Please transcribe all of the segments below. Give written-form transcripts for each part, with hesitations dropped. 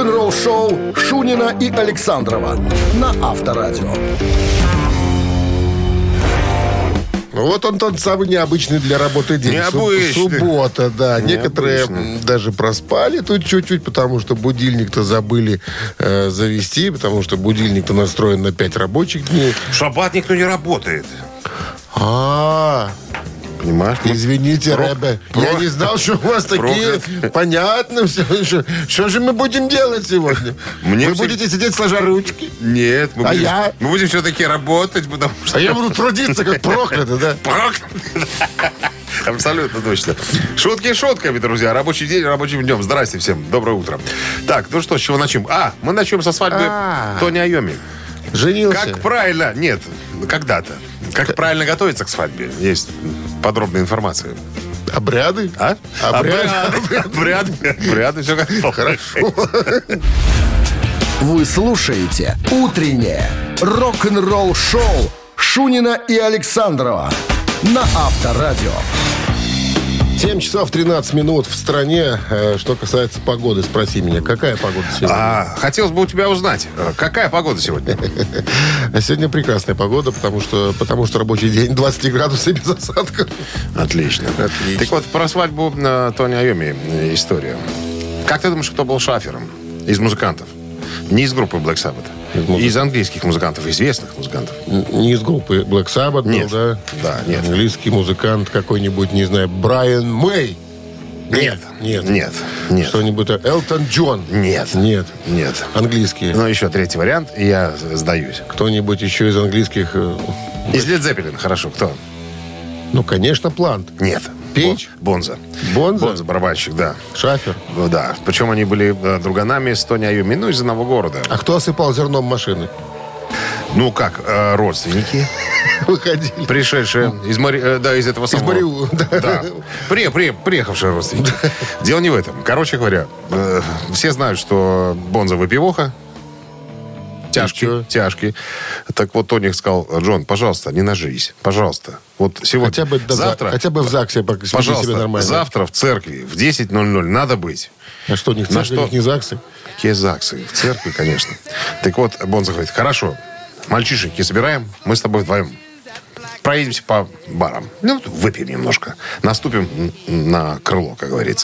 Рок-н-ролл-шоу Шунина и Александрова на Авторадио. Вот он тот самый необычный для работы день. Необычный. Суббота, да. Необычный. Некоторые даже проспали тут чуть-чуть, потому что будильник-то забыли завести, потому что будильник-то настроен на 5 рабочих дней. В шаббат никто не работает. Понимаешь? Извините, Рэбе, я не знал, что у вас такие... Понятно все. Что же мы будем делать сегодня? Вы будете сидеть сложа ручки? Нет, мы будем все-таки работать, потому что... А я буду трудиться, как проклятый, да? Проклятый? Абсолютно точно. Шутки шутками, друзья. Рабочий день рабочим днем. Здрасте всем. Доброе утро. Так, ну что, с чего начнем? Мы начнем со свадьбы Тони Айоми. Женился? Как правильно... Нет, когда-то. Как правильно готовиться к свадьбе? Есть подробная информация. Обряды? Обряды, все как хорошо. Вы слушаете «Утреннее рок-н-ролл-шоу» Шунина и Александрова на Авторадио. 7 часов 13 минут в стране. Что касается погоды, спроси меня, какая погода сегодня? Хотелось бы у тебя узнать, какая погода сегодня? Сегодня прекрасная погода, потому что рабочий день 20 градусов без осадков. Отлично. Так вот, про свадьбу Тони Айоми история. Как ты думаешь, кто был шафером из музыкантов? Не из группы Black Sabbath. Из английских музыкантов, известных музыкантов. Не из группы Black Sabbath нет. был, да? Да, нет. Английский музыкант какой-нибудь, не знаю, Брайан Мэй? Нет. Что-нибудь, Элтон Джон? Нет. Английские? Ну, еще третий вариант, и я сдаюсь. Кто-нибудь еще из английских? Из Led Zeppelin, хорошо, кто? Ну, конечно, Плант. Нет. Пейдж? Бонза, барабанщик, да. Шафер? Да. Причем они были друганами с Тони Айоми, из одного города. А кто осыпал зерном машины? Ну, как, родственники. Выходили. Пришедшие из этого самого... Из Мариу, да. Приехавшие родственники. Дело не в этом. Короче говоря, все знают, что Бонза выпивоха. Тяжкий. Так вот, Тони сказал: Джон, пожалуйста, не нажись. Пожалуйста. Вот сегодня, завтра... Хотя бы в ЗАГСе поведи себя нормально. Завтра в церкви в 10:00 надо быть. А что, не в церкви, не ЗАГСы? Какие ЗАГСы? В церкви, конечно. Так вот, Бонза говорит: хорошо, мальчишеньки собираем, мы с тобой вдвоем проедемся по барам. Выпьем немножко. Наступим на крыло, как говорится.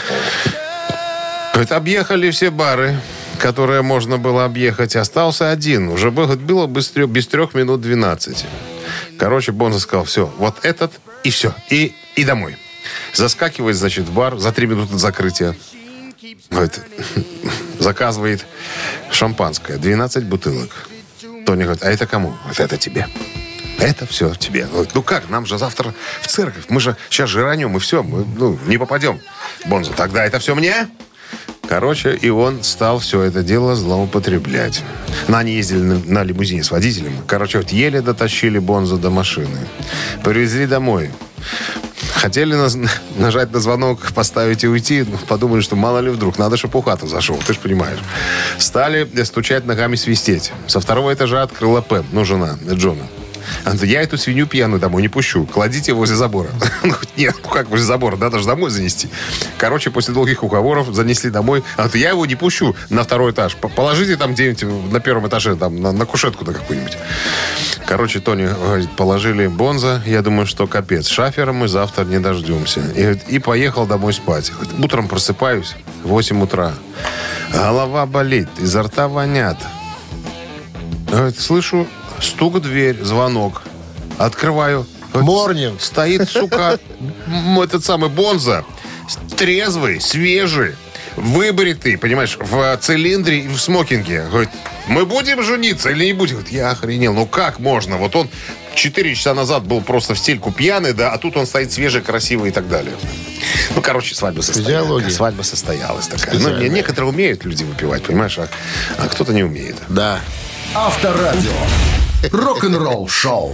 Говорит, объехали все бары, которые можно было объехать. Остался один. Уже было без 3 минут 12. Короче, Бонза сказал: все, вот этот и все. И домой. Заскакивает, значит, в бар за 3 минуты до закрытия. Говорит, заказывает шампанское. 12 бутылок. Тони говорит: а это кому? Вот это тебе. Это все тебе. Говорит, ну как, нам же завтра в церковь. Мы же сейчас жиранем, и все. Мы не попадем. Бонза: тогда это все мне? Короче, и он стал все это дело злоупотреблять. Они ездили на лимузине с водителем. Короче, вот еле дотащили Бонзу до машины. Привезли домой. Хотели нажать на звонок, поставить и уйти. Подумали, что мало ли вдруг. Надо, чтобы у хату зашел, ты же понимаешь. Стали стучать ногами, свистеть. Со 2-го этажа открыла Пэм, жена Джона. Она говорит: я эту свинью пьяную домой не пущу. Кладите возле забора. Нет, как возле забора? Надо же домой занести. Короче, после долгих уговоров занесли домой. Она говорит: я его не пущу на 2-й этаж. Положите там где-нибудь на 1-м этаже, там, на кушетку на какую-нибудь. Короче, Тони говорит: положили Бонза. Я думаю, что капец. Шафера мы завтра не дождемся. И поехал домой спать. Говорит, утром просыпаюсь, 8 утра. Голова болит, изо рта вонят. Говорит, слышу стук в дверь, звонок. Открываю. Морнинг. Стоит, сука, этот самый Бонза. Трезвый, свежий, выбритый, понимаешь, в цилиндре и в смокинге. Говорит: мы будем жениться или не будем? Говорит, я охренел. Ну как можно? Вот он 4 часа назад был просто в стельку пьяный, да, а тут он стоит свежий, красивый и так далее. Ну, короче, свадьба состоялась. Свадьба состоялась такая. Ну, некоторые умеют люди выпивать, понимаешь, а кто-то не умеет. Да. Авторадио. Рок-н-ролл шоу.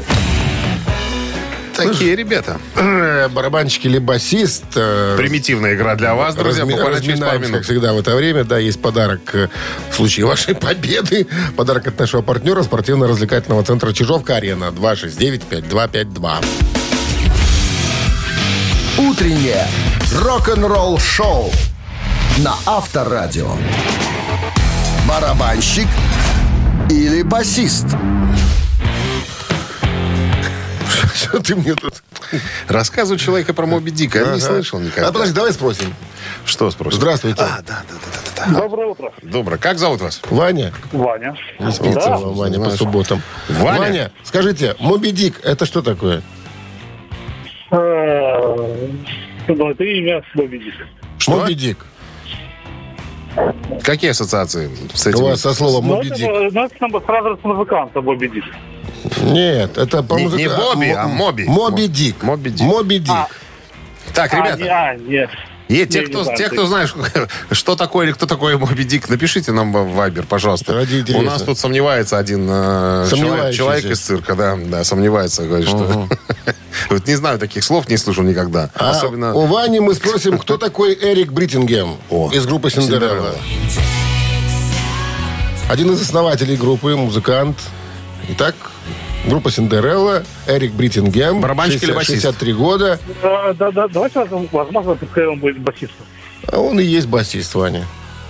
Такие ребята. Барабанщик или басист. Примитивная игра для вас, друзья. Буквально через пару минут. Как всегда в это время. Да, есть подарок в случае вашей победы. Подарок от нашего партнера спортивно-развлекательного центра «Чижовка-Арена». 269-5252. Утреннее рок-н-ролл шоу на Авторадио. барабанщик или басист? Что ты мне тут... Рассказывай человека про Моби Дика. Я не слышал никогда. Подожди, давай спросим. Что спросим? Здравствуйте. Да. Доброе утро. Доброе. Как зовут вас? Ваня? Ваня. Не спится Да. вам, Ваня, по Знаешь. субботам. Ваня? Скажите, Моби Дик, это что такое? Ну, это имя Моби Дик. Что? Моби Дик. Какие ассоциации с этим? У вас со словом Ну, Моби это, Дик. это сразу с музыканта Моби Дик. Нет, это по Не Бобби, а Моби. Моби Дик. Моби Дик. Моби Дик. Так, ребята. Нет. Те, кто знает, что такое или кто такой Моби Дик, напишите нам в Вайбер, пожалуйста. Ради интереса. У нас тут сомневается один человек из цирка, да, сомневается, говорит, что... Вот не знаю таких слов, не слышал никогда. Особенно... У Вани мы спросим, кто такой Эрик Бриттингем О, из группы Синдерелла. Один из основателей группы, музыкант. Итак, группа Синдерелла, Эрик Бриттингем, Барабанщик или басист? 63 года. Да, давайте, возможно, пускай он будет басистом. А он и есть басист, Ваня.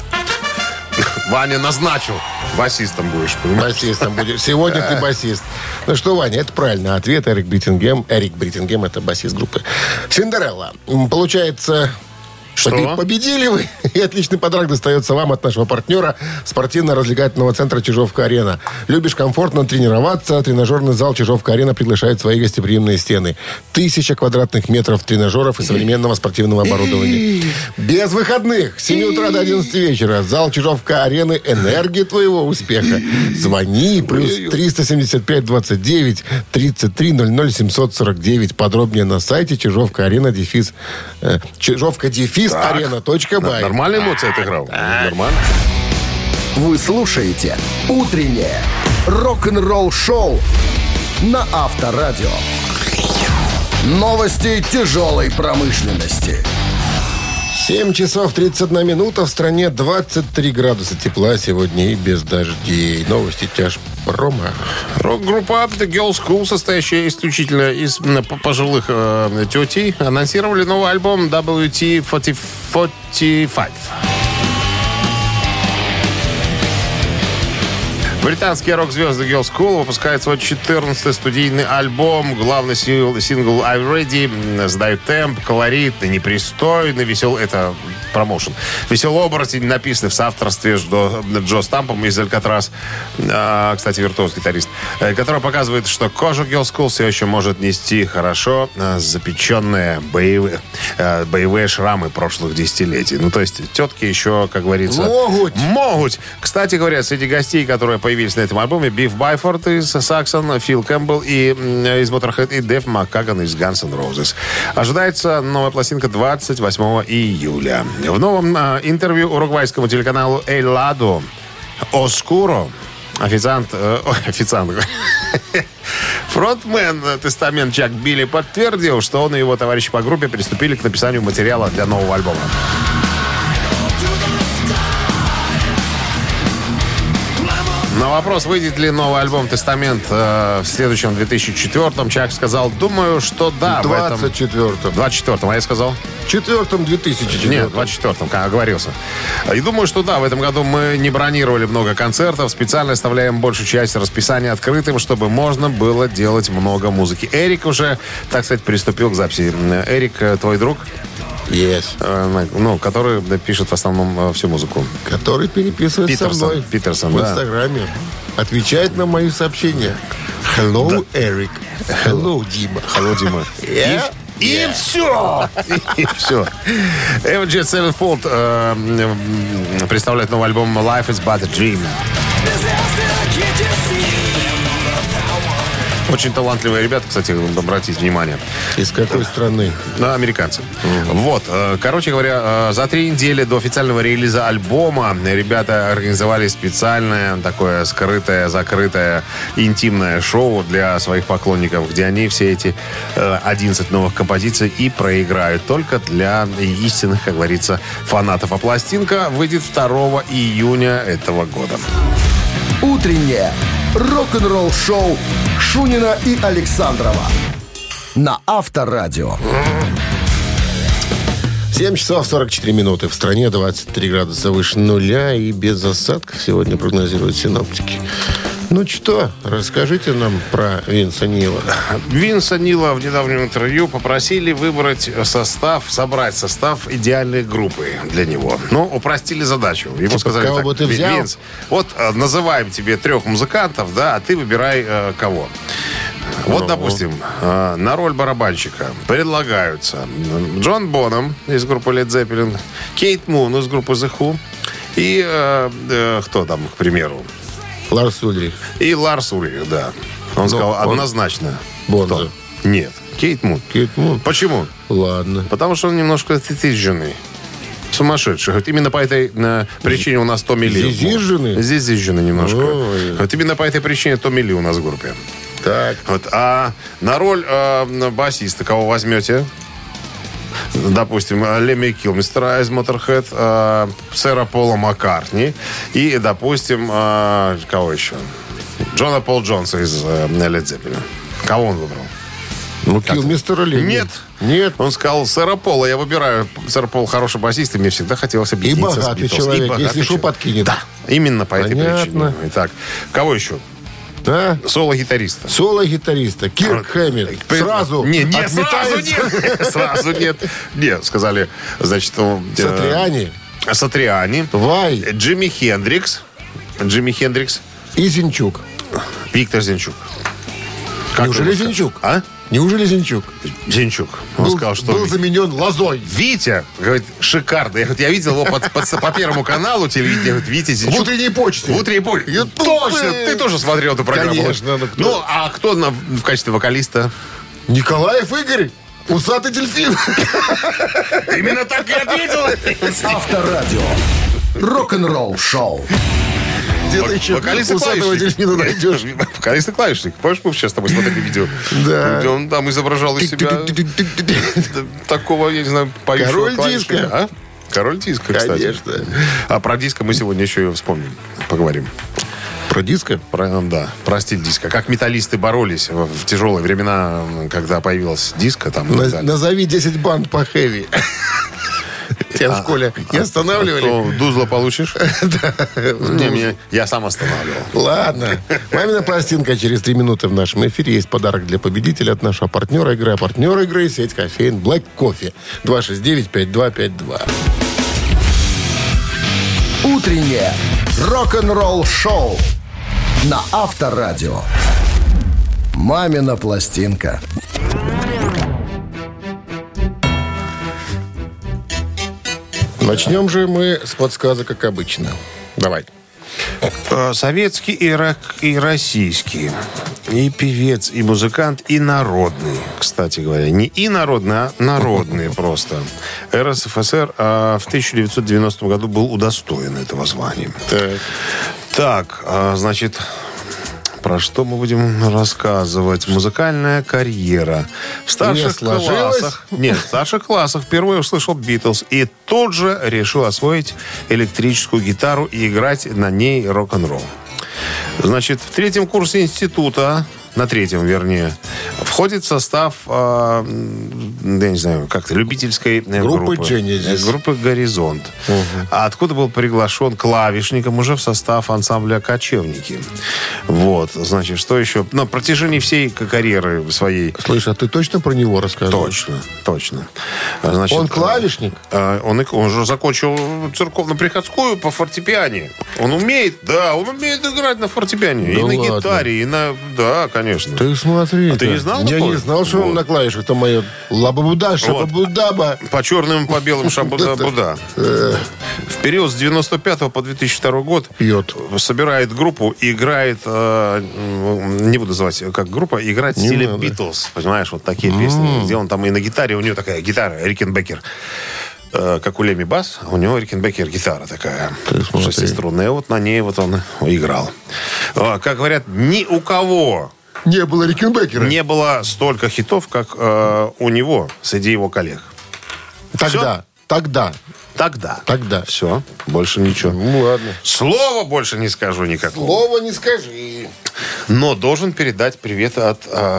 Ваня назначил. Басистом будешь, понимаешь? Басистом будешь. Сегодня ты басист. Ну что, Ваня, это правильный ответ. Эрик Бриттингем. Эрик Бриттингем — это басист группы Синдерелла. Получается... Что? Победили вы, и отличный подарок достается вам от нашего партнера спортивно-развлекательного центра «Чижовка-арена». Любишь комфортно тренироваться? Тренажерный зал «Чижовка-арена» приглашает в свои гостеприимные стены. 1000 квадратных метров тренажеров и современного спортивного оборудования. Без выходных. С 7 утра до 11 вечера. Зал «Чижовка-арены» — энергия твоего успеха. Звони. Плюс 375-29 33 00 749. Подробнее на сайте «Чижовка-арена» Чижовка-арена.бай. Нормальная эмоция отыграл? Нормально. Вы слушаете «Утреннее рок-н-ролл-шоу» на Авторадио. Новости тяжелой промышленности. 7 часов 31 минута. В стране 23 градуса тепла сегодня и без дождей. Новости тяжпрома. Рок-группа The Girls School, состоящая исключительно из пожилых тетей, анонсировали новый альбом WT45. Британские рок-звезды Girls School выпускают свой 14-й студийный альбом. Главный сингл «I'm Ready» задает темп, колорит, непристойный, веселый. Это промоушен. Веселый оборотень, написанный в соавторстве с Джо Стампом из «Алькатрас». Кстати, виртуоз-гитарист. Который показывает, что кожа Girls School все еще может нести хорошо запеченные боевые шрамы прошлых десятилетий. Ну, то есть, тетки еще, как говорится... Могут! Кстати говоря, среди гостей, которые появились на этом альбоме, Биф Байфорд из Саксон, Фил Кэмпбелл из Motorhead и Дэв Маккаган из Guns N' Roses. Ожидается новая пластинка 28 июля. В новом интервью уругвайскому телеканалу «Эль Ладо» Оскуро фронтмен «Тестамент» Чак Билли подтвердил, что он и его товарищи по группе приступили к написанию материала для нового альбома. На вопрос, выйдет ли новый альбом «Тестамент» в следующем 2004-м, Чак сказал: думаю, что да. 24-м. 24-м, а я сказал? В 4-м 2004-м. Нет, 24-м, как оговорился. И думаю, что да, в этом году мы не бронировали много концертов, специально оставляем большую часть расписания открытым, чтобы можно было делать много музыки. Эрик уже, так сказать, приступил к записи. Эрик, твой друг? Yes. Который пишет в основном всю музыку. Который переписывается со мной Питерсон, в да. Инстаграме. Отвечает на мои сообщения. Hello, Эрик. Hello, Дима. Hello, Дима. И все! И все. Avenged Sevenfold представляет новый альбом Life is but a Dream. Очень талантливые ребята, кстати, обратите внимание. Из какой страны? Американцы. Вот. Короче говоря, за 3 недели до официального релиза альбома ребята организовали специальное такое скрытое, закрытое, интимное шоу для своих поклонников, где они все эти 11 новых композиций и проиграют только для истинных, как говорится, фанатов. А пластинка выйдет 2 июня этого года. Утреннее рок-н-ролл-шоу Шунина и Александрова на Авторадио. 7 часов 44 минуты. В стране 23 градуса выше нуля и без осадков сегодня прогнозируют синоптики. Ну что, расскажите нам про Винса Нила. Винса Нила в недавнем интервью попросили собрать состав идеальной группы для него. Но упростили задачу. Ему сказали, кого так, бы ты взял? Винс, вот называем тебе 3 музыкантов, да, а ты выбирай кого. Вот, допустим, на роль барабанщика предлагаются Джон Бонхам из группы Led Zeppelin, Кейт Мун из группы The Who и кто там, к примеру? Ларс Ульрих. И Ларс Ульрих, да. Он сказал однозначно. Бонзо. Кто? Нет, Кейт Мун. Кейт Мун. Почему? Ладно. Потому что он немножко зизженный. Сумасшедший. Вот именно по этой причине у нас Томми Ли. Зизженный? Зизженный немножко. Ой. Вот именно по этой причине Томми Ли у нас в группе. Так. Вот. А на роль басиста кого возьмете? Допустим, Лемми Килмистера из Motorhead, сэра Пола Маккартни и, допустим, кого еще? Джона Пол Джонса из Led Zeppelin. Кого он выбрал? Ну, Килмистера Лемми. Нет. Он сказал, сэра Пола, я выбираю. Сэр Пол хороший басист, и мне всегда хотелось объединиться И богатый с Битлз. человек, И богатый если что, подкинет. Да, именно по этой Понятно. причине. Итак, кого еще? А? Соло-гитариста. Соло-гитариста. Кирк Хэммит. Сразу Нет, отметается. сразу нет. Нет, сказали, значит... Сатриани. Сатриани. Вай. Джимми Хендрикс. И Зинчук. Виктор Зинчук. Неужели Зинчук? А? Неужели Зинчук? Зинчук. Он сказал, что... Был заменен Лозой. Витя, говорит, шикарно. Я видел его по Первому каналу телевидения. Говорит, Витя Зинчук. В утренней почте. В утренней почте. Точно, ты тоже смотрел эту программу. Конечно. Ну, а кто в качестве вокалиста? Николаев Игорь. Усатый дельфин. Именно так и ответил. Авторадио. Рок-н-ролл шоу. Где-то еще Вокалист и усатого клавишник. дельфина найдешь. Вокалист и клавишник. Помнишь, мы сейчас с тобой смотрели видео? Да. Где он там изображал из себя такого, я не знаю, поющего Король клавишника. диска. А? Король диска, кстати. Конечно. А про диско мы сегодня еще и вспомним. Поговорим. Про диско? Про стиль диска. Как металлисты боролись в тяжелые времена, когда появилась диско. Там, Назови 10 банд по хэви. Тебя в школе не останавливали? Дузло получишь? Не, я сам останавливал. Ладно. Мамина пластинка через 3 минуты в нашем эфире. Есть подарок для победителя от нашего партнера игры. А партнер игры — сеть кофеин Black Coffee. 269-5252. Утреннее рок-н-ролл шоу на Авторадио. Мамина пластинка. Начнем же мы с подсказок, как обычно. Давай. Советский и российский. И певец, и музыкант, и народный. Кстати говоря, не и народный, а народный просто. РСФСР в 1990 году был удостоен этого звания. Так, значит... Про что мы будем рассказывать? Музыкальная карьера. В старших классах... Нет, в старших классах впервые услышал Битлз и тут же решил освоить электрическую гитару и играть на ней рок-н-ролл. Значит, в 3-м курсе института, на 3-м, вернее, входит в состав, я не знаю, как-то, любительской группы Genesis. Группы «Горизонт». А откуда был приглашен клавишником уже в состав ансамбля «Кочевники». Вот, значит, что еще? На протяжении всей карьеры своей... Слышь, а ты точно про него рассказывал? Точно. Значит, Он клавишник? Он же закончил церковно-приходскую по фортепиане. Он умеет играть на фортепиане. Да и на ладно. гитаре, и на... Да, конечно. Ты смотри. А ты не знал Я такое? не знал, что он на клавишах. Там мое лабабуда, шабабудаба. По черным и по белым шабуда-буда. В период с 95 по 2002 год Пьет. собирает группу и играет, не буду называть как группа, играет в Не стиле надо. Битлз. Понимаешь, вот такие песни. Где он там и на гитаре, у него такая гитара, Рикенбекер. Как у Лемми бас, а у него Рикенбекер гитара такая. Шестиструнная. Вот на ней вот он играл. Как говорят, ни у кого Не было Рикенбекера. не было столько хитов, как у него среди его коллег. Тогда. Тогда. Все. Больше ничего. Ну, ладно. Слова больше не скажу никакого. Слова не скажи. Но должен передать привет от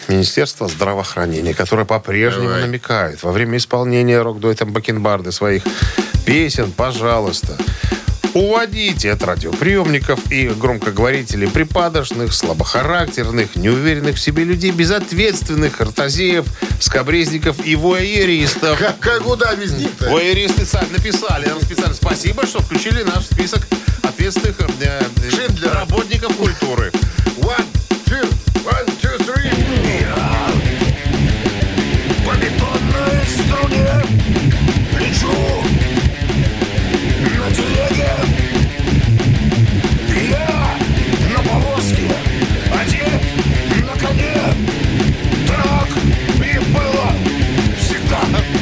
Министерство здравоохранения, которое по-прежнему намекает во время исполнения рок-дуэтом Бакенбарды своих песен, пожалуйста, уводите от радиоприемников и громкоговорителей припадочных, слабохарактерных, неуверенных в себе людей, безответственных, ротозеев, скабрезников и воэристов. Куда без них-то? Воэристы сами написали нам специально. Спасибо, что включили наш список ответственных работников культуры. One, two, three. По бетонной струне лечу на телеге. Я на повозке, одет на коне. Так и было всегда.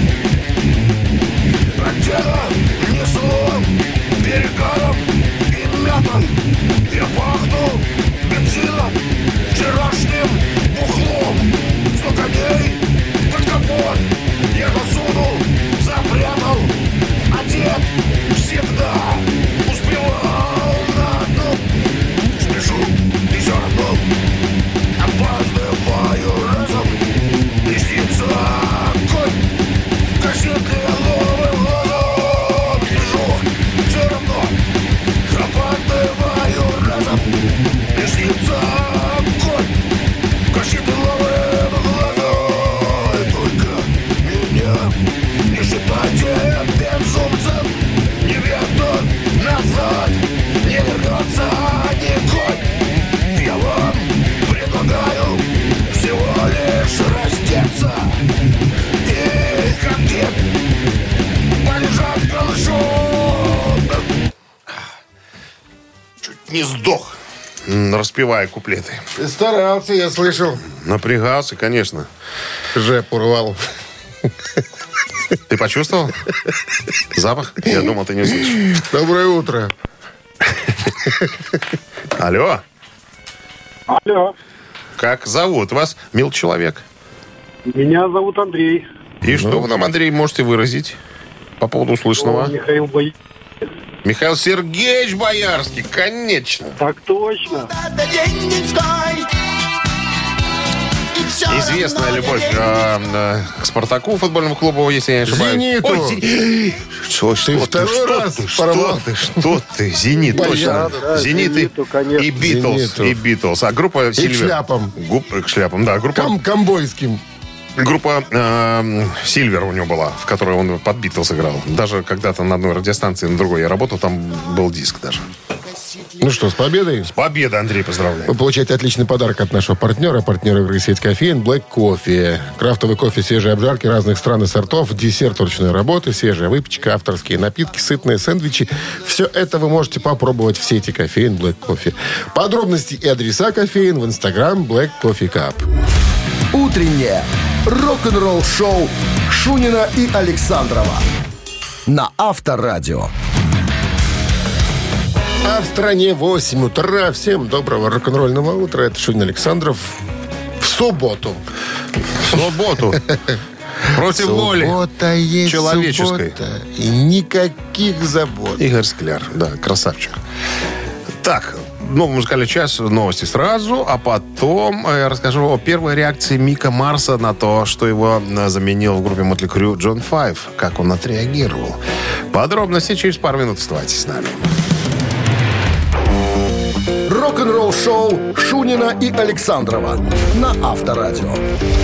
Отдела несло перегаром и мятой. Я пахну бензином, вчерашним бухлом. 100 коней под капот я засунул, запрятал. Одет всегда успевал на одну. Спешу и все равно опаздываю разом. Лестница конь косит лиловым глазом. Спешу, все равно опаздываю разом. Лестница конь косит лиловым глазом. И только меня не считайте безумцем. Не вернут назад, не вернется ни конь. Я вам предлагаю всего лишь раздеться и как дед полежать голышом. Чуть не сдох, распевая куплеты. Ты старался, я слышал. Напрягался, конечно. Жеп урвал. Ты почувствовал запах? Я думал, ты не услышишь. Доброе утро. Алло. Алло, Как зовут вас, мил человек? меня зовут Андрей. И что вы нам, Андрей, можете выразить по поводу услышанного? Михаил Боярский. Михаил Сергеевич Боярский, конечно. Так точно. Известная любовь к «Спартаку», футбольному клубу, если я не ошибаюсь. «Зениту». Ой, Что Ты второй раз порвал. Что ты? «Зенит», точно. Да, «Зенит» «Зениту», конечно. и «Битлз». «Зениту». И «Битлз». А группа «Сильвер». к шляпам. К шляпам, да. Комбойским. Группа «Сильвер» у него была, в которой он под «Битлз» играл. Даже когда-то на одной радиостанции, на другой я работал, там был диск даже. Ну что, с победой. Победа, Андрей, поздравляю. Вы получаете отличный подарок от нашего партнера игры «Сеть кофеин» Black Coffee. Крафтовый кофе, свежие обжарки разных стран и сортов, десерт ручной работы, свежая выпечка, авторские напитки, сытные сэндвичи. Все это вы можете попробовать в сети кофеин Black Coffee. Подробности и адреса кофеин в Instagram Black Coffee Cup. Утреннее рок-н-ролл-шоу Шунина и Александрова на Авторадио. А в стране 8 утра. Всем доброго рок-н-ролльного утра. Это Шунин Александров. В субботу. В субботу. Против воли. Суббота есть человеческой. суббота. И никаких забот. Игорь Скляр, да, красавчик. Так, новый музыкальный час, новости сразу, а потом я расскажу о первой реакции Мика Марса на то, что его заменил в группе Motley Crue Джон Файв, как он отреагировал. Подробности через пару минут. Оставайтесь с нами. Рок-н-ролл-шоу Шунина и Александрова на Авторадио.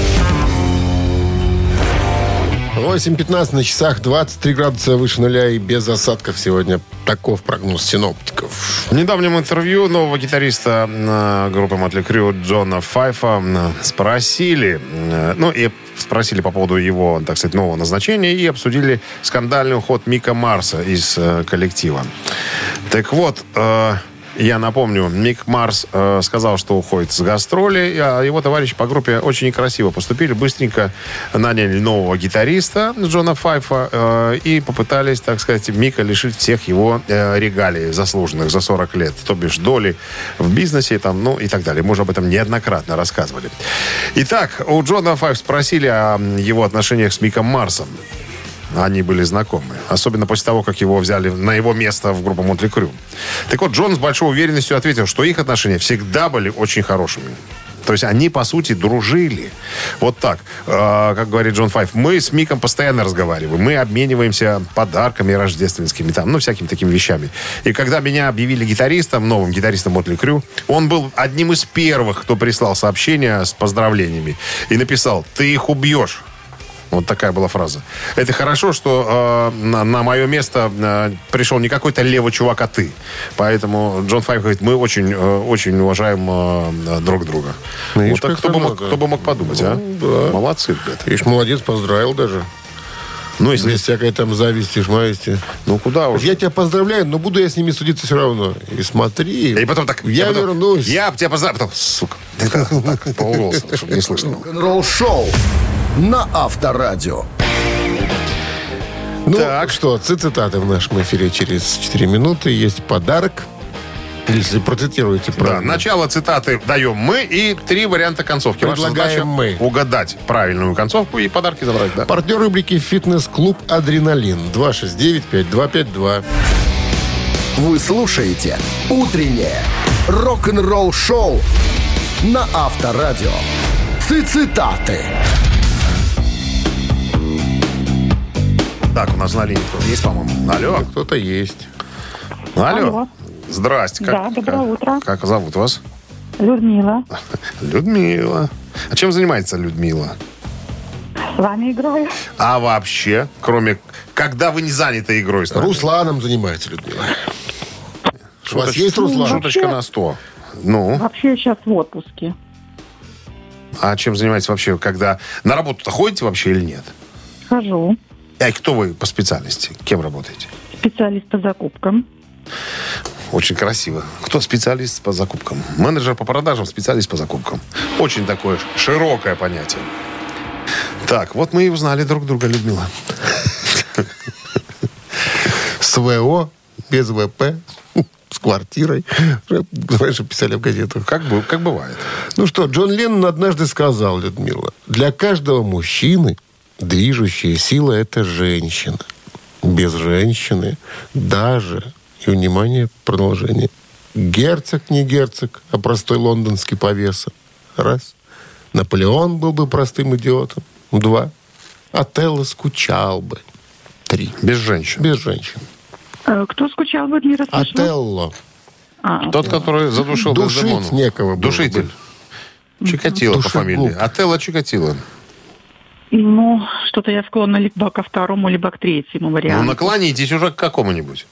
8:15 на часах, 23 градуса выше нуля и без осадков сегодня. Таков прогноз синоптиков. В недавнем интервью нового гитариста группы Motley Crue Джона Файфа спросили по поводу его, так сказать, нового назначения и обсудили скандальный уход Мика Марса из коллектива. Так вот, я напомню, Мик Марс сказал, что уходит с гастролей, а его товарищи по группе очень некрасиво поступили. Быстренько наняли нового гитариста Джона Файфа и попытались, так сказать, Мика лишить всех его регалий заслуженных за 40 лет. То бишь доли в бизнесе там, ну и так далее. Мы уже об этом неоднократно рассказывали. Итак, у Джона Файфа спросили о его отношениях с Миком Марсом. Они были знакомы. Особенно после того, как его взяли на его место в группу Motley Crue. Так вот, Джон с большой уверенностью ответил, что их отношения всегда были очень хорошими. То есть они, по сути, дружили. Вот так. Как говорит Джон Файв, мы с Миком постоянно разговариваем. Мы обмениваемся подарками рождественскими, там, всякими такими вещами. И когда меня объявили гитаристом, новым гитаристом Мотли Крю, он был одним из первых, кто прислал сообщение с поздравлениями. И написал: «Ты их убьешь». Вот такая была фраза. Это хорошо, что на мое место пришел не какой-то левый чувак, а ты. Поэтому Джон Файв говорит, мы очень, очень уважаем друг друга. Вот так, кто бы мог подумать, а? Да. Молодцы, ребята. Ишь, молодец, поздравил даже. Ну, если... Без всякой там зависти, шмависти. Ну, куда уж. Я тебя поздравляю, но буду я с ними судиться все равно. И смотри. И потом так... Я вернусь. Я тебя поздравляю. Потом, сука. Так, полголоса, чтобы не слышно. Рок-н-ролл-шоу на Авторадио. Ну, Так. что, цитаты в нашем эфире через 4 минуты. Есть подарок. Если процитируете Да, правильно. начало цитаты даем мы и 3 варианта концовки. Ваша Предлагаем задача мы. угадать правильную концовку и подарки забрать. Да. Партнер рубрики «Фитнес-клуб Адреналин». 269-5252. Вы слушаете «Утреннее рок-н-ролл-шоу» на Авторадио. Цитаты. Так, у нас на линии кто-то есть, по-моему. Алло. Кто-то есть. Алло. Здрасте. Да, доброе утро. Как зовут вас? Людмила. Людмила. А чем занимается Людмила? С вами играю. А вообще, кроме... Когда вы не заняты игрой с нами? Русланом занимается Людмила. У вас есть Руслан? Шуточка на 100. Ну, Вообще сейчас в отпуске. а чем занимаетесь вообще, когда... На работу-то ходите вообще или нет? Хожу. А кто вы по специальности? Кем работаете? Специалист по закупкам. Очень красиво. Кто специалист по закупкам? Менеджер по продажам, специалист по закупкам. Очень такое широкое понятие. Так, вот мы и узнали друг друга, Людмила. С ВО, без ВП, с квартирой. Раньше писали в газетах. Как бывает. Ну что, Джон Леннон однажды сказал, Людмила, для каждого мужчины движущая сила – это женщина. Без женщины даже, и, внимание, продолжение, герцог не герцог, а простой лондонский повеса. Раз. Наполеон был бы простым идиотом. 2. Отелло скучал бы. 3. Без женщин. Без женщин. Кто скучал бы, не расслышала? Отелло. Тот, который задушил Душить Дездемону. некого было Душитель. бы. Чикатило по Душегуб. фамилии. Отелло Чикатило. Ну, что-то я склонна либо ко второму, либо к третьему Ну, варианту. наклонитесь уже к какому-нибудь.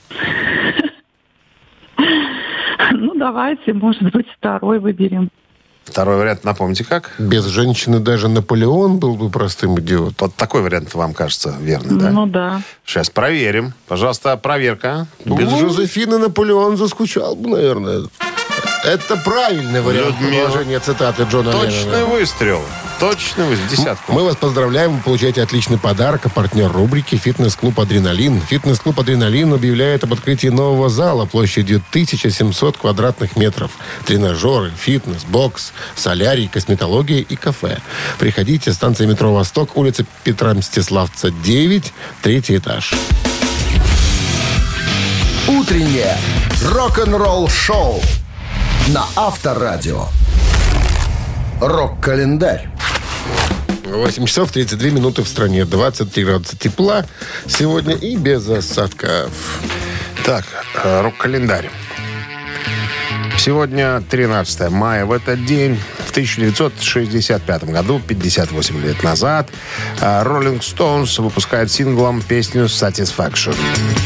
Ну, давайте, может быть, второй выберем. Второй вариант, напомните, как? Без женщины даже Наполеон был бы простым идиотом. Вот такой вариант вам кажется верный, да? Ну, да. Сейчас проверим. Пожалуйста, проверка. Без Жозефины Наполеон заскучал бы, наверное. Это правильный вариант Людмила. продолжения цитаты Джона Точный Леннона. выстрел. Точный выстрел. Десятку. Мы вас поздравляем, вы получаете отличный подарок. А партнер рубрики «Фитнес-клуб Адреналин». «Фитнес-клуб Адреналин» объявляет об открытии нового зала площадью 1700 квадратных метров. Тренажеры, фитнес, бокс, солярий, косметология и кафе. Приходите, станция метро «Восток», улица Петра Мстиславца, 9, 3 этаж. Утреннее рок-н-ролл-шоу на Авторадио. Рок-календарь. 8 часов 32 минуты в стране. 23 градуса тепла сегодня и без осадков. Так, рок-календарь. Сегодня 13 мая. В этот день, в 1965 году, 58 лет назад, Rolling Stones выпускает синглом песню «Satisfaction».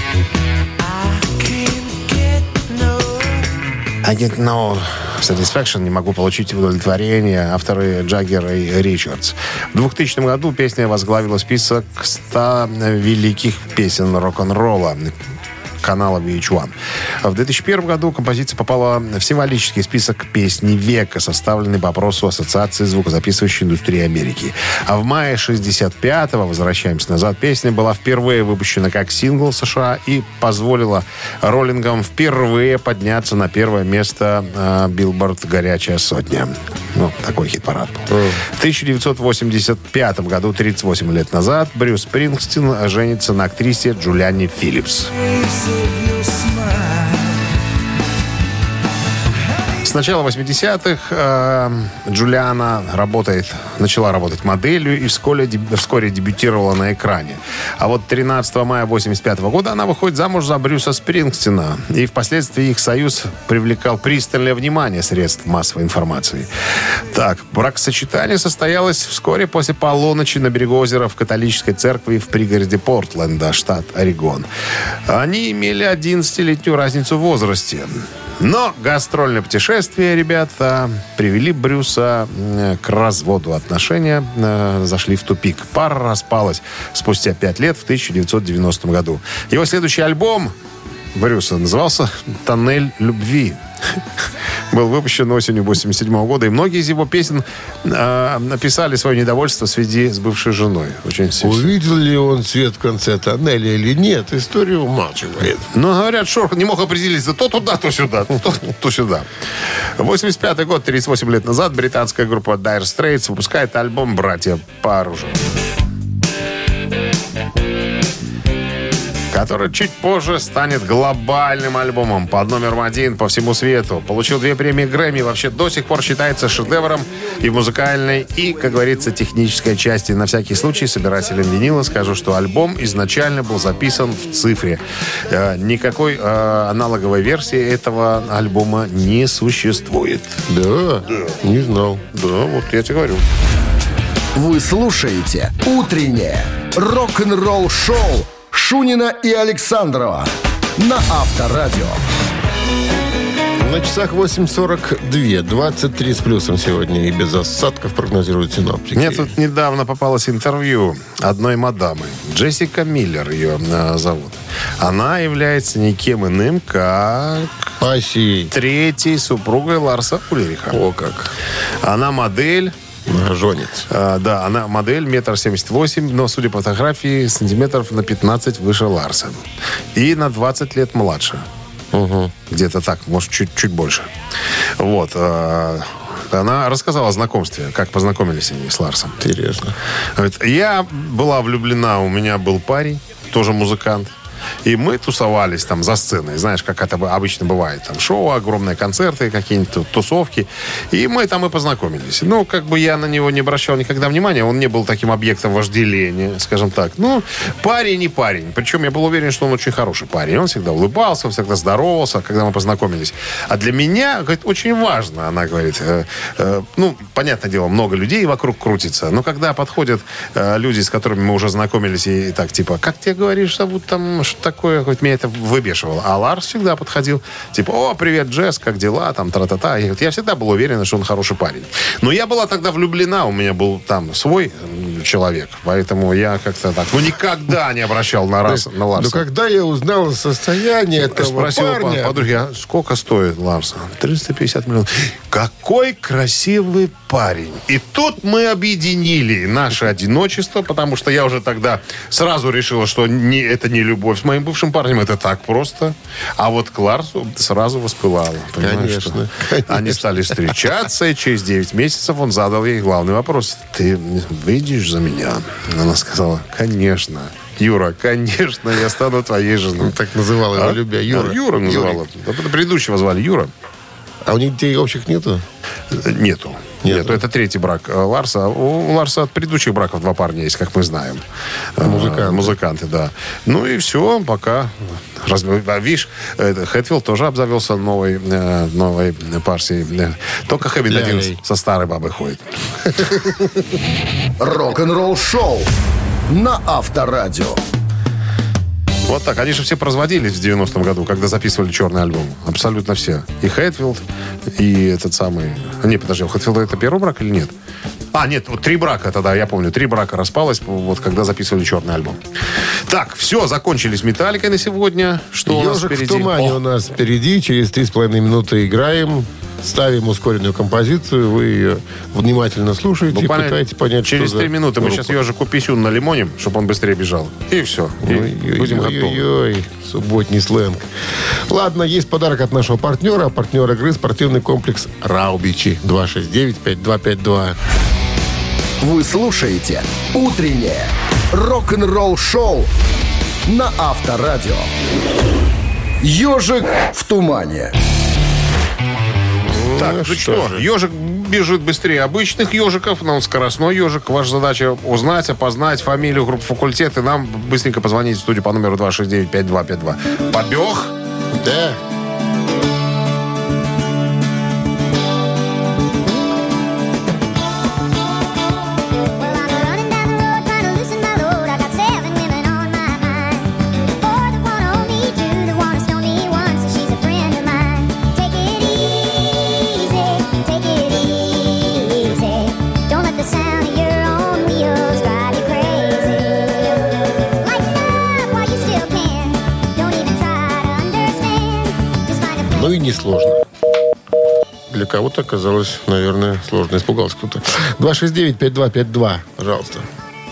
I get no satisfaction, не могу получить удовлетворение. Авторы Джаггер и Ричардс. В 2000 году песня возглавила список 100 великих песен рок-н-ролла канала VH1. В 2001 году композиция попала в символический список песни века, составленный по опросу Ассоциации звукозаписывающей индустрии Америки. А в мае 65-го, возвращаемся назад, песня была впервые выпущена как сингл США и позволила роллингам впервые подняться на первое место Billboard «Горячая сотня». Ну, такой хит-парад был. В 1985 году, 38 лет назад, Брюс Спрингстин женится на актрисе Джулиане Филлипс. С начала 80-х Джулиана начала работать моделью и вскоре дебютировала на экране. А вот 13 мая 85 года она выходит замуж за Брюса Спрингстина. И впоследствии их союз привлекал пристальное внимание средств массовой информации. Так, бракосочетание состоялось вскоре после полуночи на берегу озера в католической церкви в пригороде Портленда, штат Орегон. Они имели 11-летнюю разницу в возрасте. Но гастрольные путешествия, ребята, привели Брюса к разводу. Отношения зашли в тупик. Пара распалась спустя 5 лет в 1990 году. Его следующий альбом Брюса назывался «Тоннель любви». Был выпущен осенью 1987 года, и многие из его песен написали свое недовольство в связи с бывшей женой. Увидел ли он свет в конце тоннеля или нет, история умалчивает. Но, говорят, Шорх не мог определиться то туда, то сюда, то сюда. 85 год, 38 лет назад, британская группа Dire Straits выпускает альбом «Братья по оружию», который чуть позже станет глобальным альбомом под номером 1 по всему свету. Получил 2 премии Грэмми. Вообще до сих пор считается шедевром и в музыкальной, и, как говорится, технической части. На всякий случай собирателям винила скажу, что альбом изначально был записан в цифре. Никакой аналоговой версии этого альбома не существует. Да? Не знал. Да, вот я тебе говорю. Вы слушаете «Утреннее рок-н-ролл-шоу» Шунина и Александрова на Авторадио. На часах 8:42, 23 с плюсом сегодня и без осадков прогнозируют синоптики. Мне тут недавно попалось интервью одной мадамы. Джессика Миллер ее зовут. Она является никем иным, как третьей супругой Ларса Ульриха. О как. Она модель. Жонец. Да, она модель 1,78 м, но, судя по фотографии, сантиметров на 15 выше Ларса. И на 20 лет младше. Угу. Где-то так, может, чуть больше. Вот. Она рассказала о знакомстве, как познакомились они с Ларсом. Интересно. Говорит, я была влюблена, у меня был парень, тоже музыкант. И мы тусовались там за сценой. Знаешь, как это обычно бывает. Там шоу, огромные концерты, какие-нибудь тусовки. И мы там и познакомились. Ну, как бы я на него не обращал никогда внимания. Он не был таким объектом вожделения, скажем так. Ну, парень не парень. Причем я был уверен, что он очень хороший парень. Он всегда улыбался, он всегда здоровался, когда мы познакомились. А для меня, говорит, очень важно, она говорит, ну, понятное дело, много людей вокруг крутится. Но когда подходят люди, с которыми мы уже знакомились, и так, типа, как тебе говоришь, зовут там... Что такое, хоть меня это выбешивало. А Ларс всегда подходил, типа, о, привет, Джесс, как дела, там, тра-та-та. Я всегда был уверен, что он хороший парень. Но я была тогда влюблена, у меня был там свой человек, поэтому я как-то так, никогда не обращал на Ларса. Но когда я узнал состояние этого спросил парня... подруги, а сколько стоит Ларса? 350 миллионов. Какой красивый парень. И тут мы объединили наше одиночество, потому что я уже тогда сразу решила, что это не любовь с моим бывшим парнем, это так просто. А вот к Ларсу сразу воспылала. Конечно. Они стали встречаться, и через 9 месяцев он задал ей главный вопрос. Ты выйдешь за меня? Она сказала, конечно. Юра, конечно, я стану твоей женой. Так называла его, любя. Юра. Юра называла. Предыдущего звали Юра. А у них детей общих нету? Нету. Это третий брак Ларса. У Ларса от предыдущих браков 2 парня есть, как мы знаем. Музыканты, да. Ну и все, пока. Видишь, Хэтфилд тоже обзавелся новой партией. Только Хэббит один со старой бабой ходит. Рок-н-ролл-шоу на Авторадио. Вот так. Они же все разводились в 90-м году, когда записывали черный альбом. Абсолютно все. И Хэтфилд, и этот самый... Не, подожди, у Хэтфилда это первый брак или нет? Нет, вот 3 брака тогда, я помню. 3 брака распалось, вот когда записывали черный альбом. Так, все, закончились «Металликой» на сегодня. Что у нас впереди? «Ежик в тумане» у нас впереди. Через 3,5 минуты играем. Ставим ускоренную композицию. Вы ее внимательно слушаете и пытаетесь понять, через 3 минуты мы сейчас «Ежику писюн» налимоним, чтобы он быстрее бежал. И все. Будем готовы. Ой-ой-ой, субботний сленг. Ладно, есть подарок от нашего партнера. Партнер игры — спортивный комплекс «Раубичи». 269-5252. Вы слушаете «Утреннее рок-н-ролл-шоу» на Авторадио. «Ежик в тумане». Так, ну что, ежик бежит быстрее обычных ежиков, но он скоростной ежик. Ваша задача узнать, опознать фамилию, группу, факультет, и нам быстренько позвонить в студию по номеру 269-5252. Побег? Да. Ну и несложно. Для кого-то оказалось, наверное, сложно. Испугался кто-то. 269-5252, пожалуйста.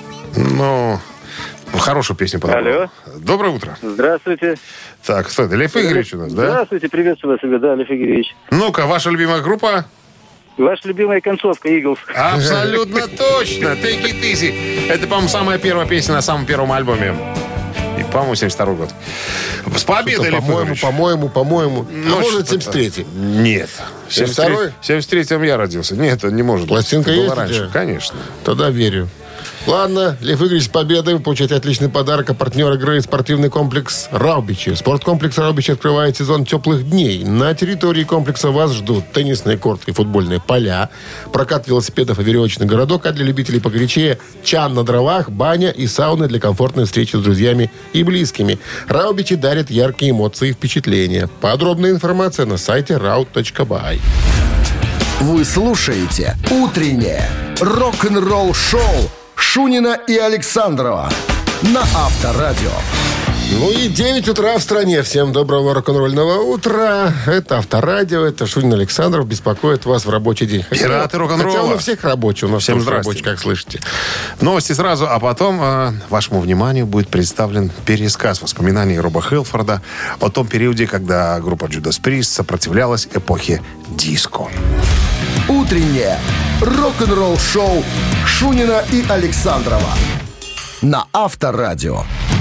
Ну, хорошую песню подобрал. Алло. Доброе утро. Здравствуйте. Так, кто это? Лев Игоревич у нас, да? Здравствуйте, приветствую вас, да, Лев Игоревич. Ну-ка, ваша любимая группа? Ваша любимая концовка, Eagles. Абсолютно точно. Take it easy. Это, по-моему, самая первая песня на самом первом альбоме. И, по-моему, 72-й год. С победой, Лев Игоревич. По-моему. Ну, а может, что-то. 73-й? Нет. 72-й? В 73-м я родился. Нет, не может. Пластинка Было есть у раньше, тебя? конечно. Тогда верю. Ладно, Лев Игоревич, с победой. Вы получаете отличный подарок. А партнер игры — спортивный комплекс «Раубичи». Спорткомплекс «Раубичи» открывает сезон теплых дней. На территории комплекса вас ждут теннисные корты и футбольные поля, прокат велосипедов и веревочный городок, а для любителей погорячее — чан на дровах, баня и сауны для комфортной встречи с друзьями и близкими. «Раубичи» дарит яркие эмоции и впечатления. Подробная информация на сайте raut.by. Вы слушаете «Утреннее рок-н-ролл-шоу» Шунина и Александрова на Авторадио. Ну и 9 утра в стране. Всем доброго рок-н-ролльного утра. Это Авторадио, это Шунин Александров беспокоит вас в рабочий день. Пираты рок-н-ролла. Хотя у всех рабочий, у нас Всем тоже здрасте. рабочий, как слышите. Новости сразу, а потом вашему вниманию будет представлен пересказ воспоминаний Роба Хелфорда о том периоде, когда группа Judas Priest сопротивлялась эпохе диско. Утреннее рок-н-ролл-шоу Шунина и Александрова на Авторадио.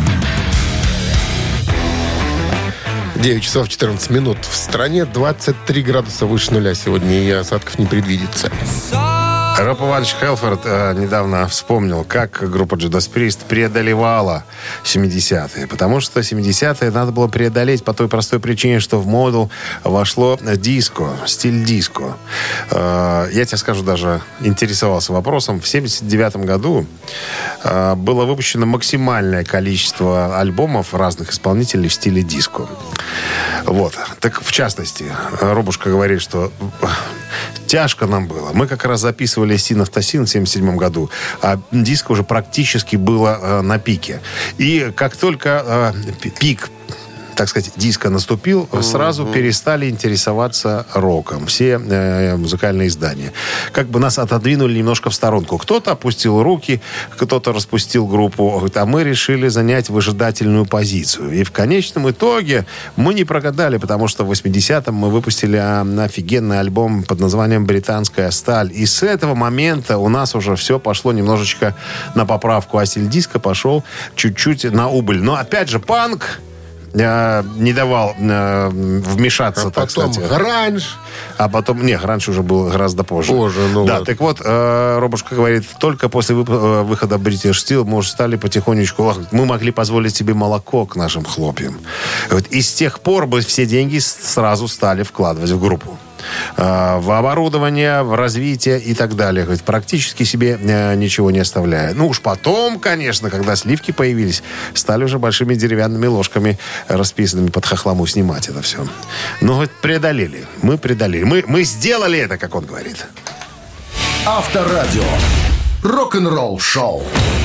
9 часов 14 минут. В стране 23 градуса выше нуля сегодня, и осадков не предвидится. Роб Иванович Хелфорд недавно вспомнил, как группа Judas Priest преодолевала 70-е. Потому что 70-е надо было преодолеть по той простой причине, что в моду вошло диско, стиль диско. Я тебе скажу, даже интересовался вопросом. В 79 году было выпущено максимальное количество альбомов разных исполнителей в стиле диско. Вот. Так, в частности, Робушка говорит, что тяжко нам было. Мы как раз записывали «Sin of Tassin» в 1977 году, а диско уже практически было на пике. И как только пик, так сказать, диско наступил, сразу перестали интересоваться роком. Все музыкальные издания. Как бы нас отодвинули немножко в сторонку. Кто-то опустил руки, кто-то распустил группу, а мы решили занять выжидательную позицию. И в конечном итоге мы не прогадали, потому что в 80-м мы выпустили офигенный альбом под названием «Британская сталь». И с этого момента у нас уже все пошло немножечко на поправку, а стиль диско пошел чуть-чуть на убыль. Но опять же, панк не давал вмешаться, так сказать. Гранж. А потом, гранж уже был гораздо позже. Ну да, вот. так вот, Робушка говорит, только после выхода British Steel мы уже стали потихонечку, мы могли позволить себе молоко к нашим хлопьям. И с тех пор мы все деньги сразу стали вкладывать в группу. В оборудование, в развитие и так далее. Говорит, практически себе ничего не оставляя. Ну уж потом, конечно, когда сливки появились, стали уже большими деревянными ложками, расписанными под хохлому, снимать это все. Но говорит, преодолели. Мы преодолели. Мы сделали это, как он говорит. Авторадио. Рок-н-ролл-шоу.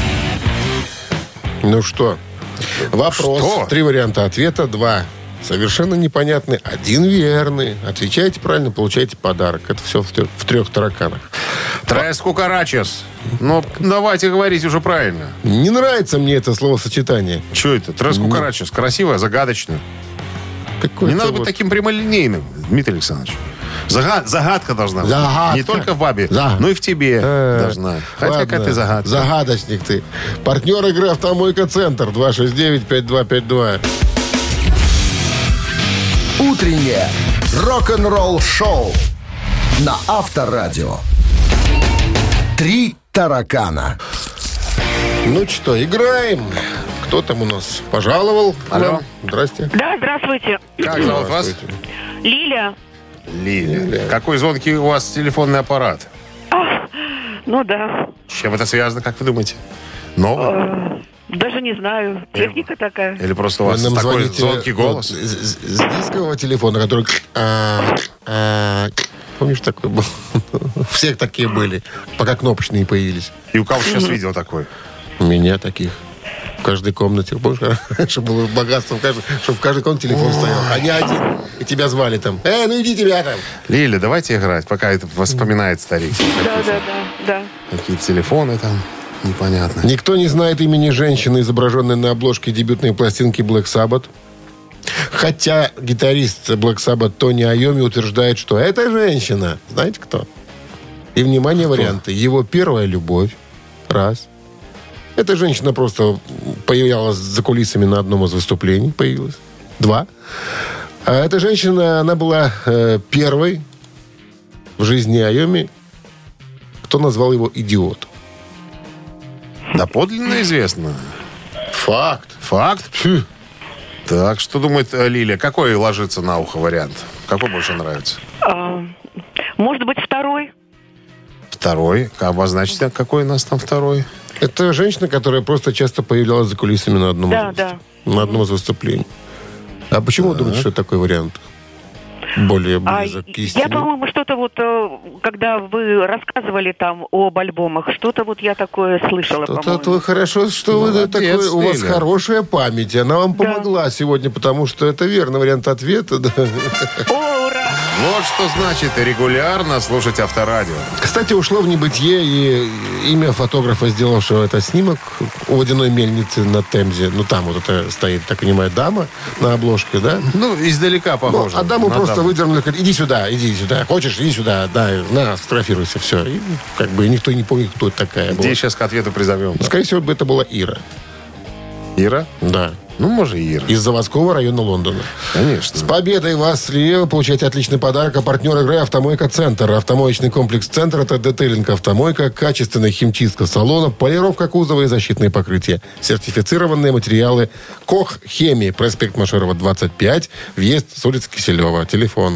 Ну что? Вопрос. Что? 3 варианта ответа. 2 совершенно непонятный. 1 верный. Отвечаете правильно, получаете подарок. Это все в 3 тараканах. Tres cucarachas. Ну, давайте говорить уже правильно. Не нравится мне это словосочетание. Что это? Tres cucarachas. Красиво, загадочно. Какое-то Не надо вот... быть таким прямолинейным, Дмитрий Александрович. Загадка должна быть. Загадка. Не только в бабе, но и в тебе должна. Хотя Ладно, какая ты загадка. загадочник ты. Партнер игры «Автомойка Центр». 269-5252. Утреннее рок-н-ролл-шоу на Авторадио. «Три таракана». Ну что, играем. Кто там у нас пожаловал? Алло. Здрасте. Да, здравствуйте. Как зовут вас? Здравствуйте. Лиля. Лиля. Какой звонкий у вас телефонный аппарат? Ну да. С чем это связано, как вы думаете? Новый? Даже не знаю. Техника такая. Или просто у вас Вы нам такой звоните звонкий голос? с дискового телефона, который... Помнишь, такой был? Всех такие были, пока кнопочные появились. И у кого сейчас видео такое? У меня таких в каждой комнате. Помнишь, раньше было богатство, чтобы в каждой комнате телефон стоял. А не один. И тебя звали там. Ну иди тебя там. Лиля, давайте играть, пока это вспоминает старик. Да. Какие телефоны там, непонятно. Никто не знает имени женщины, изображенной на обложке дебютной пластинки Black Sabbath. Хотя гитарист Black Sabbath Тони Айоми утверждает, что это женщина. Знаете кто? И, внимание, варианты. Его первая любовь. Раз. Эта женщина просто появлялась за кулисами на одном из выступлений. Появилась. Два. А эта женщина, она была первой в жизни Айоми, кто назвал его идиот. Доподлинно известно. Факт. Факт? Так, что думает Лиля? Какой ложится на ухо вариант? Какой больше нравится? Может быть, второй? Второй. Обозначьте, какой у нас там второй? Это женщина, которая просто часто появлялась за кулисами на одном из выступлений. А почему вы думаете, что это такой вариант? Более близок к истине. Я, по-моему, что-то вот, когда вы рассказывали там об альбомах, что-то вот я такое слышала, по-моему. Вы хорошо, что вы такой, у вас хорошая память. Она вам помогла сегодня, потому что это верный вариант ответа. Да. О, ура! Вот что значит регулярно слушать Авторадио. Кстати, ушло в небытие и имя фотографа, сделавшего этот снимок у водяной мельницы на Темзе. Ну, там вот это стоит, так понимаю, дама на обложке, да? Ну, издалека похоже. А даму просто выдернули, говорят, иди сюда. Хочешь, иди сюда, на, сфотографируйся, все. И как бы никто не помнит, кто это такая была. Где сейчас к ответу призовем? Скорее всего, это была Ира. Ира? Да. Ну, может, Ира. Из заводского района Лондона. Конечно. С победой вас, Лилия! Вы получаете отличный подарок. А партнер игры «Автомойка Центр». Автомоечный комплекс «Центр» — это детейлинг «Автомойка», качественная химчистка салона, полировка кузова и защитные покрытия. Сертифицированные материалы «Кох Хемии». Проспект Машерова, 25. Въезд с улицы Киселева. Телефон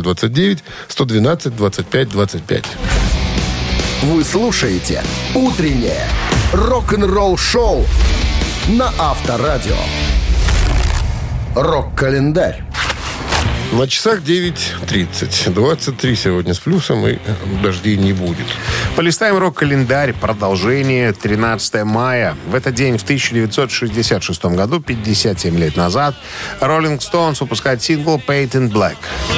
8029-112-25-25. Вы слушаете «Утреннее рок-н-ролл-шоу» на Авторадио. Рок-календарь. На часах 9:30. 23 сегодня с плюсом, и дождей не будет. Полистаем рок-календарь. Продолжение. 13 мая. В этот день, в 1966 году, 57 лет назад, Rolling Stones выпускает сингл «Paint in Black».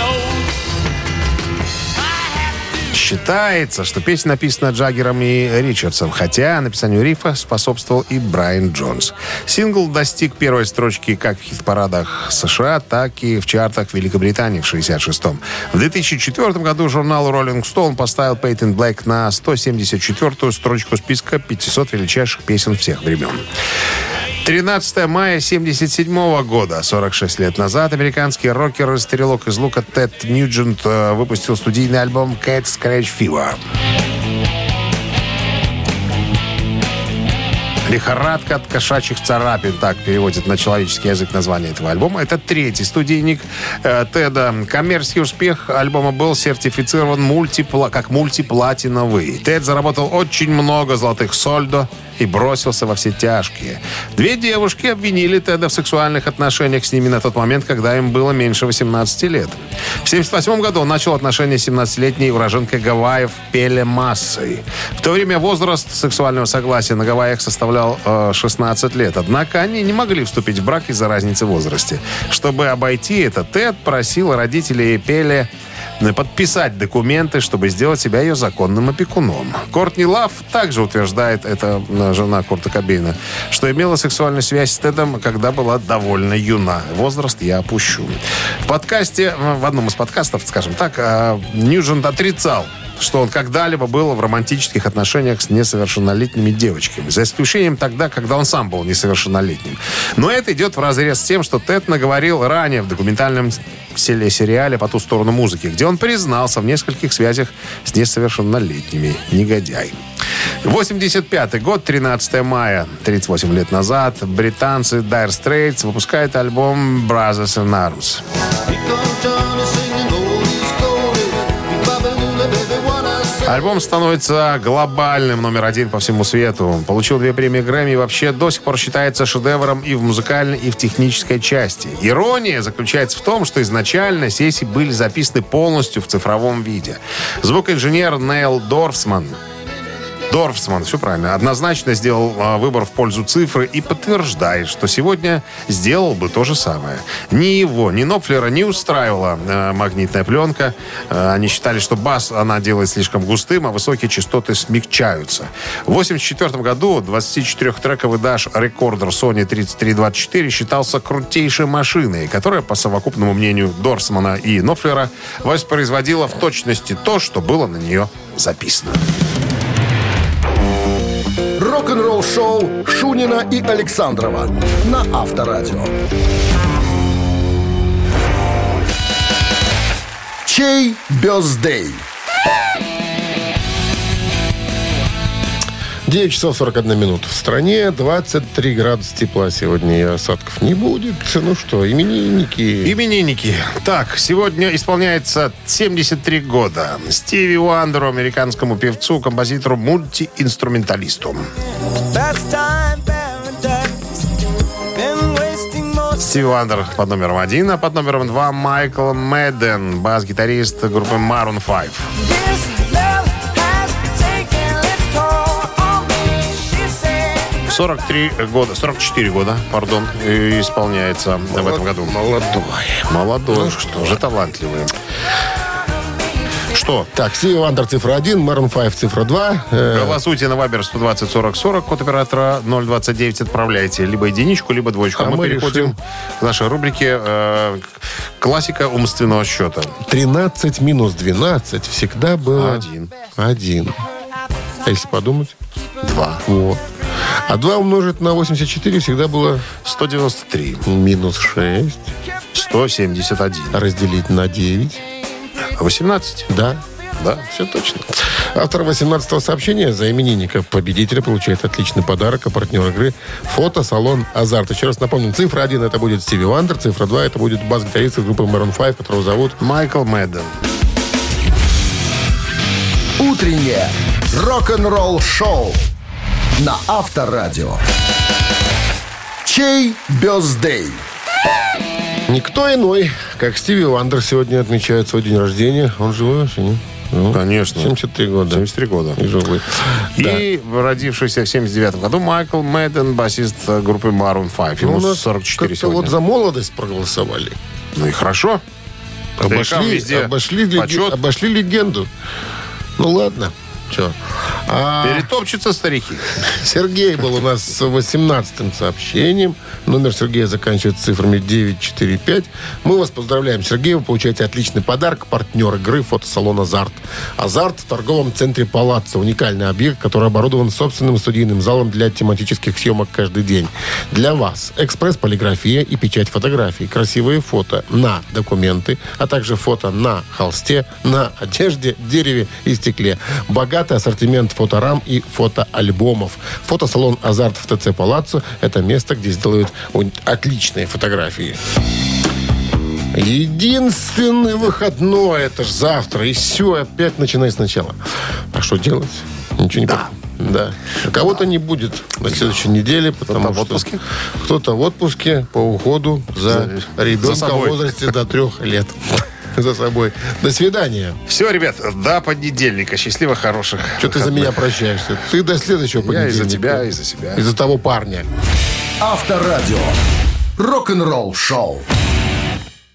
Считается, что песня написана Джаггером и Ричардсом, хотя написанию рифа способствовал и Брайан Джонс. Сингл достиг первой строчки как в хит-парадах США, так и в чартах Великобритании в 1966-м. В 2004 году журнал Rolling Stone поставил Paint in Black на 174-ю строчку списка 500 величайших песен всех времен. 13 мая 1977 года, 46 лет назад, американский рокер и стрелок из лука Тед Ньюджент выпустил студийный альбом «Cat Scratch Fever». «Лихорадка от кошачьих царапин», так переводит на человеческий язык название этого альбома. Это третий студийник Теда. Коммерческий успех альбома был сертифицирован как мультиплатиновый. Тед заработал очень много золотых сольдо и бросился во все тяжкие. Две девушки обвинили Теда в сексуальных отношениях с ними на тот момент, когда им было меньше 18 лет. В 1978 году он начал отношения с 17-летней уроженкой Гавайев Пеле Массой. В то время возраст сексуального согласия на Гавайях составлял 16 лет. Однако они не могли вступить в брак из-за разницы в возрасте. Чтобы обойти это, Тед просил родителей Пеле подписать документы, чтобы сделать себя ее законным опекуном. Кортни Лав также утверждает, это жена Курта Кобейна, что имела сексуальную связь с Тедом, когда была довольно юна. Возраст я опущу. В подкасте, в одном из подкастов, скажем так, Ньюджент отрицал что он когда-либо был в романтических отношениях с несовершеннолетними девочками. За исключением тогда, когда он сам был несовершеннолетним. Но это идет вразрез с тем, что Тед наговорил ранее в документальном сериале «По ту сторону музыки», где он признался в нескольких связях с несовершеннолетними. Негодяй. 85-й год, 13 мая, 38 лет назад, британцы Dire Straits выпускают альбом Brothers in Arms. Альбом становится глобальным, номер один по всему свету. Получил 2 премии Грэмми и вообще до сих пор считается шедевром и в музыкальной, и в технической части. Ирония заключается в том, что изначально сессии были записаны полностью в цифровом виде. Звукоинженер Нейл Дорфсман, все правильно, однозначно сделал выбор в пользу цифры и подтверждает, что сегодня сделал бы то же самое. Ни его, ни Нопфлера не устраивала магнитная пленка. Они считали, что бас она делает слишком густым, а высокие частоты смягчаются. В 1984 году 24-трековый Dash рекордер Sony 3324 считался крутейшей машиной, которая, по совокупному мнению Дорфсмана и Нопфлера, воспроизводила в точности то, что было на нее записано. Рок-н-ролл-шоу Шунина и Александрова на Авторадио. Чей бёздей? 9 часов 41 минута. В стране 23 градуса тепла сегодня, и осадков не будет. Ну что, именинники. Так, сегодня исполняется 73 года Стиви Уандеру, американскому певцу, композитору, мультиинструменталисту. Стиви Уандер под номером 1, а под номером 2 Майкл Мэдден, бас-гитарист группы Maroon 5. 44 года, исполняется в этом году. Молодой. Ну что, уже талантливый. Что? Так, Стиви Вандер цифра 1, Maroon 5 цифра 2. Голосуйте на Viber 120 40 40, код оператора 029, отправляйте либо единичку, либо двоечку. А мы переходим к нашей рубрике «Классика умственного счета». 13 минус 12 всегда было... 1. А если подумать? 2. Вот. А 2 умножить на 84 всегда было... 193. Минус 6. 171. Разделить на 9. 18. Да. Да, все точно. Автор 18-го сообщения за именинника победителя получает отличный подарок, а партнер игры фотосалон «Азарт». Еще раз напомню, цифра 1 это будет Стиви Вандер, цифра 2 это будет бас-гитарист группы Maroon 5, которого зовут Майкл Мэдден. Утреннее рок-н-ролл-шоу на Авторадио. Чей бёздей? Никто иной, как Стиви Вандер сегодня отмечает свой день рождения. Он живой вообще, не? Конечно. 73 года. 73 года. И живой. И родившийся в 79 году Майкл Мэдден, басист группы Maroon 5. Ему 44 сегодня. Вот за молодость проголосовали. Ну и хорошо. Обошли легенду. Ну ладно. Че? Перетопчутся старики. Сергей был у нас с 18-м сообщением. Номер Сергея заканчивается цифрами 945. Мы вас поздравляем, Сергей. Вы получаете отличный подарок. Партнер игры фотосалон «Азарт». «Азарт» в торговом центре «Палаццо». Уникальный объект, который оборудован собственным студийным залом для тематических съемок каждый день. Для вас экспресс-полиграфия и печать фотографий. Красивые фото на документы, а также фото на холсте, на одежде, дереве и стекле. Богатый ассортимент фоторам и фотоальбомов. Фотосалон «Азарт» в ТЦ «Палаццо» — это место, где сделают отличные фотографии. Единственный выходной — это ж завтра. И все, опять начинай сначала. А что делать? Ничего не понятно. Да. Кого-то не будет на следующей неделе, потому кто-то в отпуске. Кто-то в отпуске по уходу за ребенком в возрасте до 3 лет. За собой. До свидания. Все, ребят, до понедельника. Счастливо, хороших. Что ты за меня прощаешься? Ты до следующего понедельника. Я из-за тебя, из-за себя. Из-за того парня. Авторадио. Рок-н-ролл шоу.